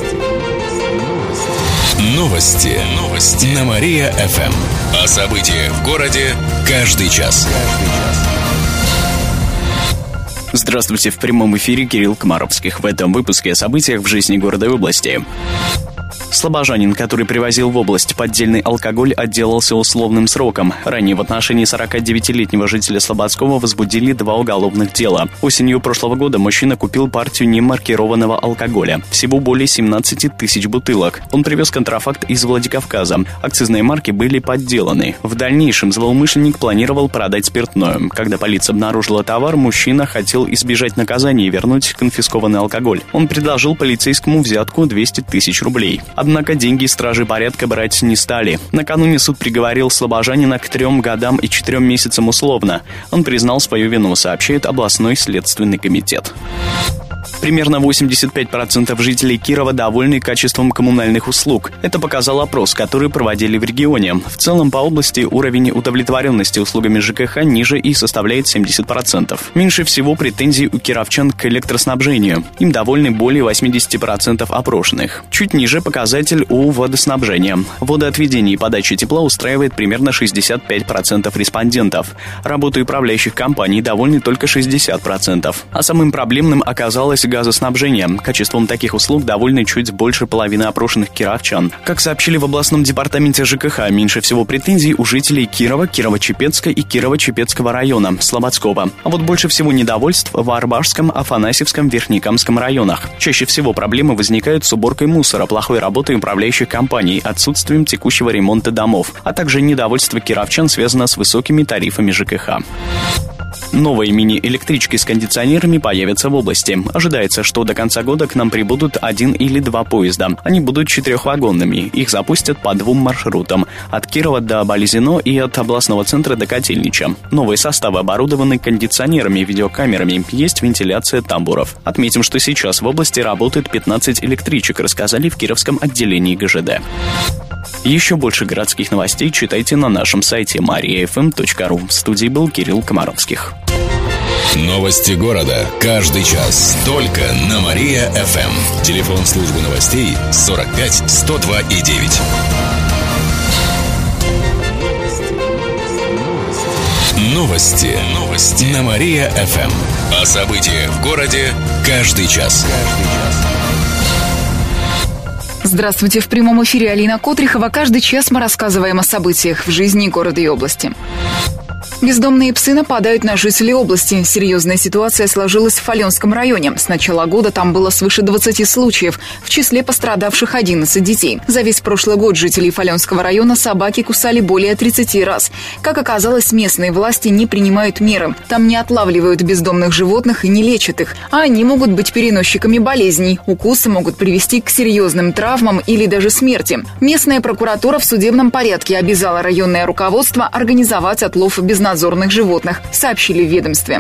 Новости на Мария-ФМ. О событиях в городе каждый час. Здравствуйте, в прямом эфире Кирилл Комаровских. В этом выпуске о событиях в жизни города и области. Слобожанин, который привозил в область поддельный алкоголь, отделался условным сроком. Ранее в отношении 49-летнего жителя Слободского возбудили 2 уголовных дела. Осенью прошлого года мужчина купил партию немаркированного алкоголя. Всего более 17 тысяч бутылок. Он привез контрафакт из Владикавказа. Акцизные марки были подделаны. В дальнейшем злоумышленник планировал продать спиртное. Когда полиция обнаружила товар, мужчина хотел избежать наказания и вернуть конфискованный алкоголь. Он предложил полицейскому взятку 200 тысяч рублей. Однако деньги стражи порядка брать не стали. Накануне суд приговорил слобожанина к 3 годам и 4 месяцам условно. Он признал свою вину, сообщает областной следственный комитет. Примерно 85% жителей Кирова довольны качеством коммунальных услуг. Это показал опрос, который проводили в регионе. В целом по области уровень удовлетворенности услугами ЖКХ ниже и составляет 70%. Меньше всего претензий у кировчан к электроснабжению. Им довольны более 80% опрошенных. Чуть ниже показатель у водоснабжения. Водоотведение и подача тепла устраивает примерно 65% респондентов. Работой управляющих компаний довольны только 60%. А самым проблемным оказалось газоснабжение. Качеством таких услуг довольны чуть больше половины опрошенных кировчан. Как сообщили в областном департаменте ЖКХ, меньше всего претензий у жителей Кирова, Кирово-Чепецка и Кирово-Чепецкого района, Слободского. А вот больше всего недовольств в Арбажском, Афанасьевском, Верхнекамском районах. Чаще всего проблемы возникают с уборкой мусора, плохой работой управляющих компаний, отсутствием текущего ремонта домов, а также недовольство кировчан связано с высокими тарифами ЖКХ. Новые мини-электрички с кондиционерами появятся в области. Ожидается, что до конца года к нам прибудут 1 или 2 поезда. Они будут 4-вагонными. Их запустят по 2 маршрутам. От Кирова до Болезино и от областного центра до Котельнича. Новые составы оборудованы кондиционерами и видеокамерами. Есть вентиляция тамбуров. Отметим, что сейчас в области работает 15 электричек, рассказали в Кировском отделении ГЖД. Еще больше городских новостей читайте на нашем сайте mariafm.ru. В студии был Кирилл Комаровских. Новости города каждый час. Только на Мария-ФМ. Телефон службы новостей 45 102 и 9. Новости на Мария-ФМ. О событиях в городе каждый час. Здравствуйте, в прямом эфире Алина Котрихова. Каждый час мы рассказываем о событиях в жизни города и области. Бездомные псы нападают на жителей области. Серьезная ситуация сложилась в Фаленском районе. С начала года там было свыше 20 случаев, в числе пострадавших 11 детей. За весь прошлый год жителей Фаленского района собаки кусали более 30 раз. Как оказалось, местные власти не принимают меры. Там не отлавливают бездомных животных и не лечат их, а они могут быть переносчиками болезней. Укусы могут привести к серьезным травмам или даже смерти. Местная прокуратура в судебном порядке обязала районное руководство организовать отлов безнадзорных животных, сообщили в ведомстве.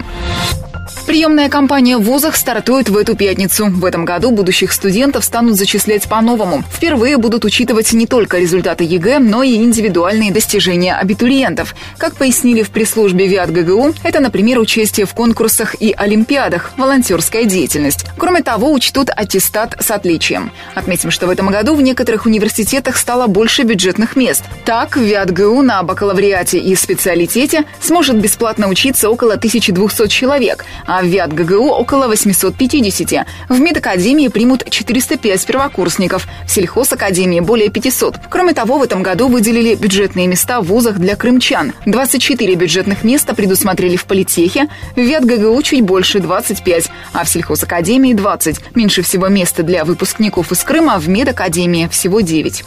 Приемная кампания в вузах стартует в эту пятницу. В этом году будущих студентов станут зачислять по-новому. Впервые будут учитывать не только результаты ЕГЭ, но и индивидуальные достижения абитуриентов. Как пояснили в пресс-службе ВИАТ ГГУ, это, например, участие в конкурсах и олимпиадах, волонтерская деятельность. Кроме того, учтут аттестат с отличием. Отметим, что в этом году в некоторых университетах стало больше бюджетных мест. Так, в ВИАТ ГГУ на бакалавриате и специалитете сможет бесплатно учиться около 1200 человек, а в ВИАТ ГГУ около 850. В медакадемии примут 405 первокурсников, в сельхозакадемии более 500. Кроме того, в этом году выделили бюджетные места в вузах для крымчан. 24 бюджетных места предусмотрели в политехе, в ВИАТ ГГУ чуть больше 25, а в сельхозакадемии 20. Меньше всего места для выпускников из Крыма, в медакадемии всего 9.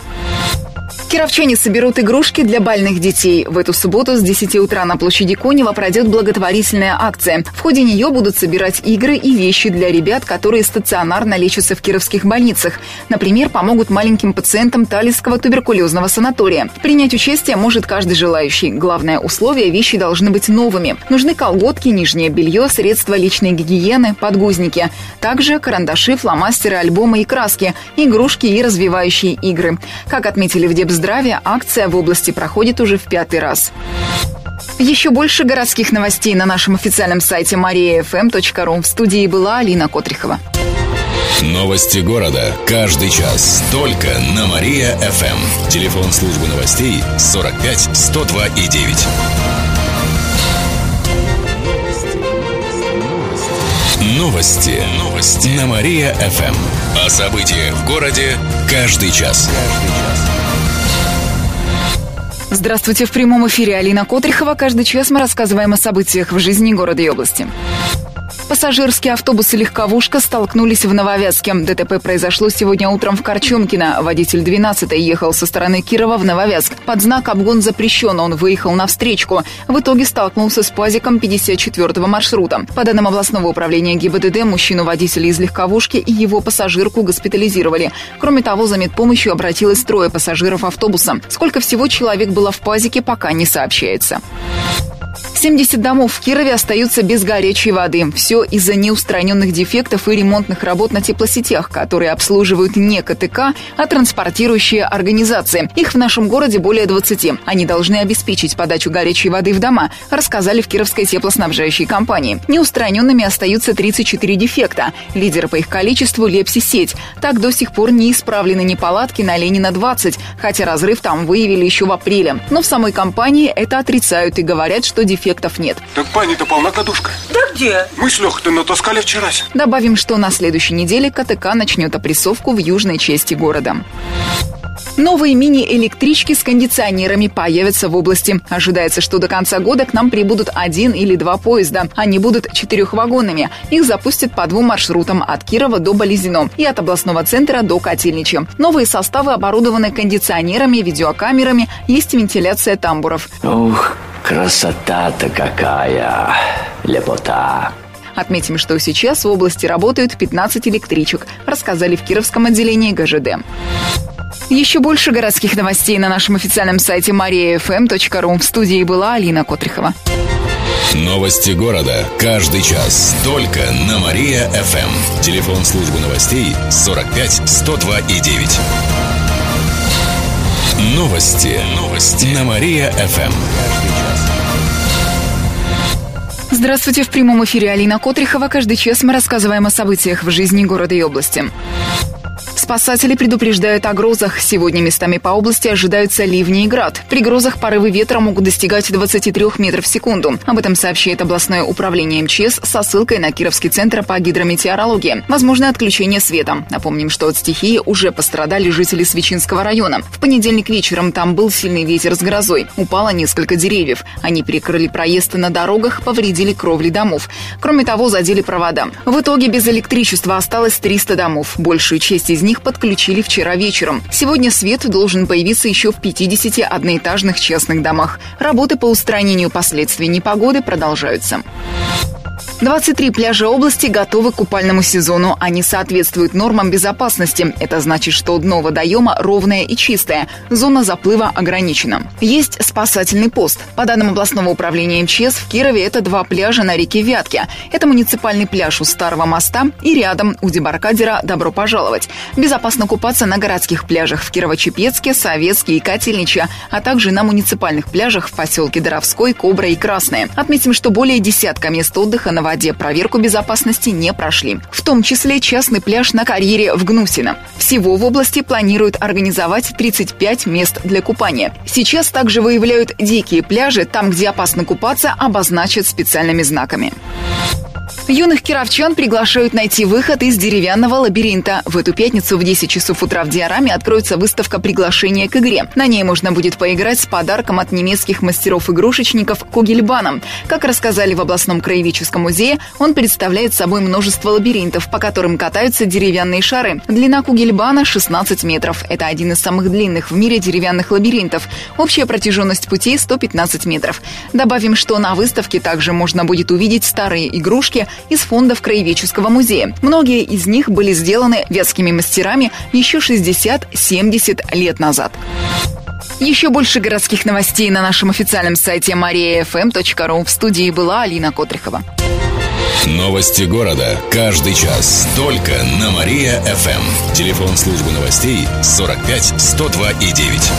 Кировчане соберут игрушки для больных детей. В эту субботу с 10 утра на площади Конева пройдет благотворительная акция. В ходе нее будут собирать игры и вещи для ребят, которые стационарно лечатся в кировских больницах. Например, помогут маленьким пациентам Талицкого туберкулезного санатория. Принять участие может каждый желающий. Главное условие – вещи должны быть новыми. Нужны колготки, нижнее белье, средства личной гигиены, подгузники. Также карандаши, фломастеры, альбомы и краски, игрушки и развивающие игры. Как отметили в Депздраве, акция в области проходит уже в 5-й раз. Еще больше городских новостей на нашем официальном сайте mariafm.ru. В студии была Алина Котрихова. Новости города. Каждый час. Только на Мария-ФМ. Телефон службы новостей 45 102 и 9. Новости на Мария-ФМ. О событиях в городе каждый час. Здравствуйте, в прямом эфире Алина Котрихова. Каждый час мы рассказываем о событиях в жизни города и области. Пассажирский автобус и легковушка столкнулись в Нововязке. ДТП произошло сегодня утром в Корчомкино. Водитель 12-й ехал со стороны Кирова в Нововязк. Под знак «Обгон запрещен» он выехал на встречку. В итоге столкнулся с ПАЗиком 54-го маршрута. По данным областного управления ГИБДД, мужчину-водителя из легковушки и его пассажирку госпитализировали. Кроме того, за медпомощью обратилось 3 пассажиров автобуса. Сколько всего человек было в ПАЗике, пока не сообщается. 70 домов в Кирове остаются без горячей воды. Все из-за неустраненных дефектов и ремонтных работ на теплосетях, которые обслуживают не КТК, а транспортирующие организации. Их в нашем городе более 20. Они должны обеспечить подачу горячей воды в дома, рассказали в Кировской теплоснабжающей компании. Неустраненными остаются 34 дефекта. Лидеры по их количеству – Лепси-сеть. Так до сих пор не исправлены неполадки на Ленина 20, хотя разрыв там выявили еще в апреле. Но в самой компании это отрицают и говорят, что дефектов нет. Так бани-то полна кадушка. Да где? Мы с Лехой-то натаскали вчерась. Добавим, что на следующей неделе КТК начнет опрессовку в южной части города. Новые мини-электрички с кондиционерами появятся в области. Ожидается, что до конца года к нам прибудут 1 или 2 поезда. Они будут 4-вагонными. Их запустят по 2 маршрутам от Кирова до Болезино и от областного центра до Котельнича. Новые составы оборудованы кондиционерами, видеокамерами, есть вентиляция тамбуров. Ух, красота-то какая! Лепота! Отметим, что сейчас в области работают 15 электричек, рассказали в Кировском отделении ГЖД. Еще больше городских новостей на нашем официальном сайте mariafm.ru. В студии была Алина Котрихова. Новости города. Каждый час. Только на Мария-ФМ. Телефон службы новостей 45 102 и 9. Новости на Мария-ФМ. Здравствуйте, в прямом эфире Алина Котрихова. Каждый час мы рассказываем о событиях в жизни города и области. Спасатели предупреждают о грозах. Сегодня местами по области ожидаются ливни и град. При грозах порывы ветра могут достигать 23 метров в секунду. Об этом сообщает областное управление МЧС со ссылкой на Кировский центр по гидрометеорологии. Возможно отключение света. Напомним, что от стихии уже пострадали жители Свечинского района. В понедельник вечером там был сильный ветер с грозой. Упало несколько деревьев. Они перекрыли проезд на дорогах, повредили кровли домов. Кроме того, задели провода. В итоге без электричества осталось 300 домов. Большую часть из них подключили вчера вечером. Сегодня свет должен появиться еще в 50 одноэтажных частных домах. Работы по устранению последствий непогоды продолжаются. 23 пляжа области готовы к купальному сезону. Они соответствуют нормам безопасности. Это значит, что дно водоема ровное и чистое. Зона заплыва ограничена. Есть спасательный пост. По данным областного управления МЧС, в Кирове это 2 пляжа на реке Вятке. Это муниципальный пляж у Старого моста и рядом у дебаркадера «Добро пожаловать». Безопасно купаться на городских пляжах в Кирово-Чепецке, Советске и Котельниче, а также на муниципальных пляжах в поселке Доровской, Кобра и Красное. Отметим, что более десятка мест отдыха на воде проверку безопасности не прошли. В том числе частный пляж на карьере в Гнусино. Всего в области планируют организовать 35 мест для купания. Сейчас также выявляют дикие пляжи. Там, где опасно купаться, обозначат специальными знаками. Юных кировчан приглашают найти выход из деревянного лабиринта. В эту пятницу в 10 часов утра в Диораме откроется выставка приглашения к игре. На ней можно будет поиграть с подарком от немецких мастеров-игрушечников Кугельбана. Как рассказали в областном краеведческом музее, он представляет собой множество лабиринтов, по которым катаются деревянные шары. Длина Кугельбана 16 метров. Это один из самых длинных в мире деревянных лабиринтов. Общая протяженность путей 115 метров. Добавим, что на выставке также можно будет увидеть старые игрушки из фондов краеведческого музея. Многие из них были сделаны вятскими мастерами еще 60-70 лет назад. Еще больше городских новостей на нашем официальном сайте mariafm.ru. В студии была Алина Котрихова. Новости города. Каждый час. Только на Мария-ФМ. Телефон службы новостей 45 102 и 9.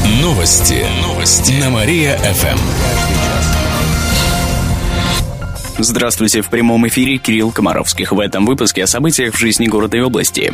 Новости на Мария-ФМ. Здравствуйте, в прямом эфире Кирилл Комаровских. В этом выпуске о событиях в жизни города и области.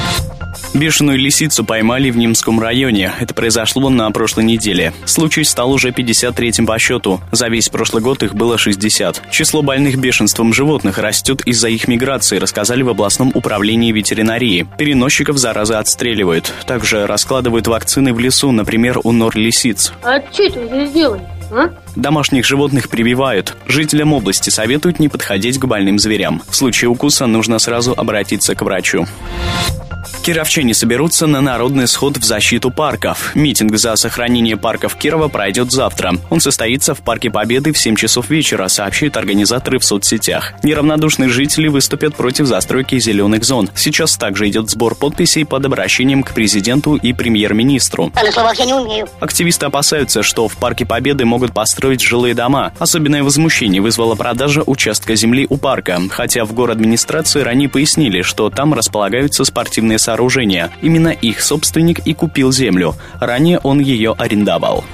Бешеную лисицу поймали в Нимском районе. Это произошло на прошлой неделе. Случай стал уже 53-м по счету. За весь прошлый год их было 60. Число больных бешенством животных растет из-за их миграции, рассказали в областном управлении ветеринарии. Переносчиков заразы отстреливают. Также раскладывают вакцины в лесу, например, у нор лисиц. А что это вы сделали? Домашних животных прививают. Жителям области советуют не подходить к больным зверям. В случае укуса нужно сразу обратиться к врачу. Кировчане соберутся на народный сход в защиту парков. Митинг за сохранение парков Кирова пройдет завтра. Он состоится в Парке Победы в 7 часов вечера, сообщают организаторы в соцсетях. Неравнодушные жители выступят против застройки зеленых зон. Сейчас также идет сбор подписей под обращением к президенту и премьер-министру. На словах я не умею. Активисты опасаются, что в Парке Победы могут построить жилые дома. Особенное возмущение вызвала продажа участка земли у парка, хотя в городадминистрации ранее пояснили, что там располагаются спортивные сооружения. Именно их собственник и купил землю. Ранее он ее арендовал.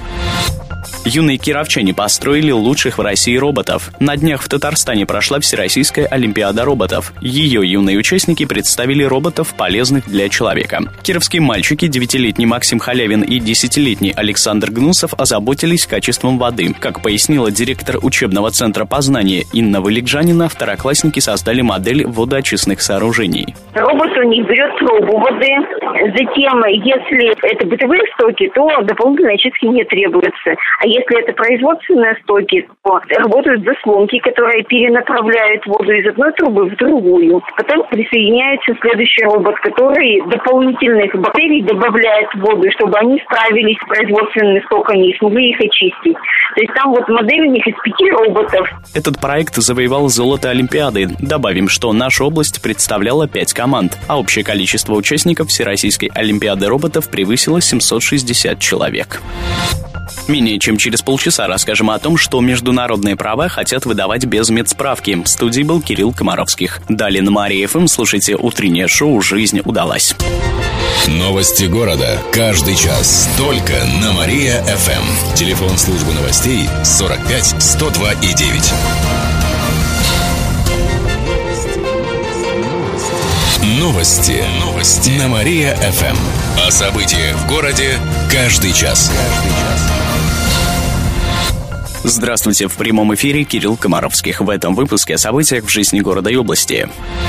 Юные кировчане построили лучших в России роботов. На днях в Татарстане прошла Всероссийская Олимпиада роботов. Ее юные участники представили роботов, полезных для человека. Кировские мальчики, 9-летний Максим Халявин и 10-летний Александр Гнусов, озаботились качеством воды. Как пояснила директор учебного центра познания Инна Валикжанина, второклассники создали модель водоочистных сооружений. Робот у них берет пробу воды. Затем, если это бытовые стоки, то дополнительной очистки не требуется. А если это производственные стоки, то работают заслонки, которые перенаправляют воду из одной трубы в другую. Потом присоединяется следующий робот, который дополнительных бактерий добавляет в воду, чтобы они справились с производственными стоками и смогли их очистить. То есть там вот модель у них из 5 роботов. Этот проект завоевал золото Олимпиады. Добавим, что наша область представляла 5 команд, а общее количество участников Всероссийской Олимпиады роботов превысило 760 человек. Менее чем через полчаса расскажем о том, что международные права хотят выдавать без медсправки. В студии был Кирилл Комаровских. Далее на Мария ФМ слушайте утреннее шоу «Жизнь удалась». Новости города. Каждый час. Только на Мария ФМ. Телефон службы новостей 45 102 и 9. Новости на Мария ФМ. О событиях в городе каждый час. Здравствуйте, в прямом эфире Кирилл Комаровских. В этом выпуске о событиях в жизни города и области.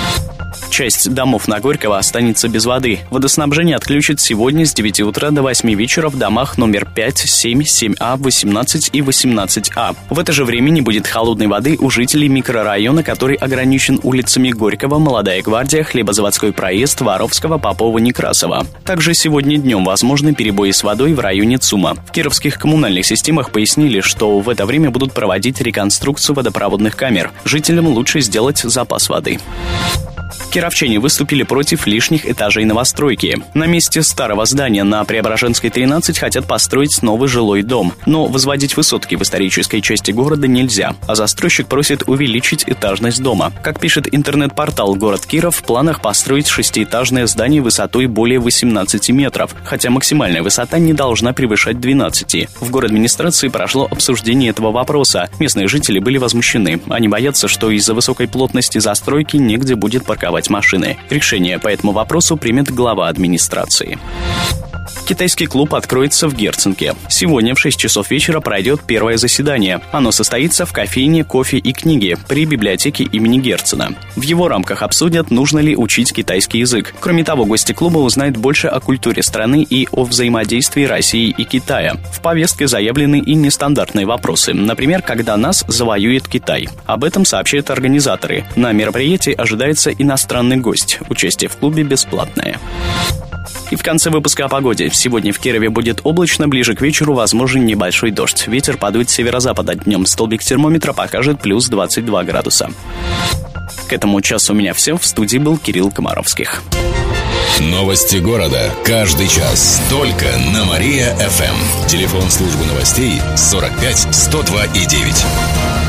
Часть домов на Горького останется без воды. Водоснабжение отключат сегодня с 9 утра до 8 вечера в домах номер 5, 7, 7А, 18 и 18А. В это же время не будет холодной воды у жителей микрорайона, который ограничен улицами Горького, Молодая гвардия, Хлебозаводской проезд, Воровского, Попова, Некрасова. Также сегодня днем возможны перебои с водой в районе ЦУМа. В кировских коммунальных системах пояснили, что в это время будут проводить реконструкцию водопроводных камер. Жителям лучше сделать запас воды. Кировчане выступили против лишних этажей новостройки. На месте старого здания на Преображенской 13 хотят построить новый жилой дом. Но возводить высотки в исторической части города нельзя, а застройщик просит увеличить этажность дома. Как пишет интернет-портал «Город Киров», в планах построить 6-этажное здание высотой более 18 метров, хотя максимальная высота не должна превышать 12. В городадминистрации прошло обсуждение этого вопроса. Местные жители были возмущены. Они боятся, что из-за высокой плотности застройки негде будет парковать машины. Решение по этому вопросу примет глава администрации. Китайский клуб откроется в Герценке. Сегодня в 6 часов вечера пройдет первое заседание. Оно состоится в кофейне «Кофе и книги» при библиотеке имени Герцена. В его рамках обсудят, нужно ли учить китайский язык. Кроме того, гости клуба узнают больше о культуре страны и о взаимодействии России и Китая. В повестке заявлены и нестандартные вопросы. Например, когда нас завоюет Китай. Об этом сообщают организаторы. На мероприятии ожидается иностранный гость. Участие в клубе бесплатное. И в конце выпуска о погоде. Сегодня в Кирове будет облачно, ближе к вечеру возможен небольшой дождь. Ветер подует с северо-запада. Днем столбик термометра покажет плюс 22 градуса. К этому часу у меня все. В студии был Кирилл Комаровских. Новости города. Каждый час. Только на Мария ФМ. Телефон службы новостей 45 102 и 9.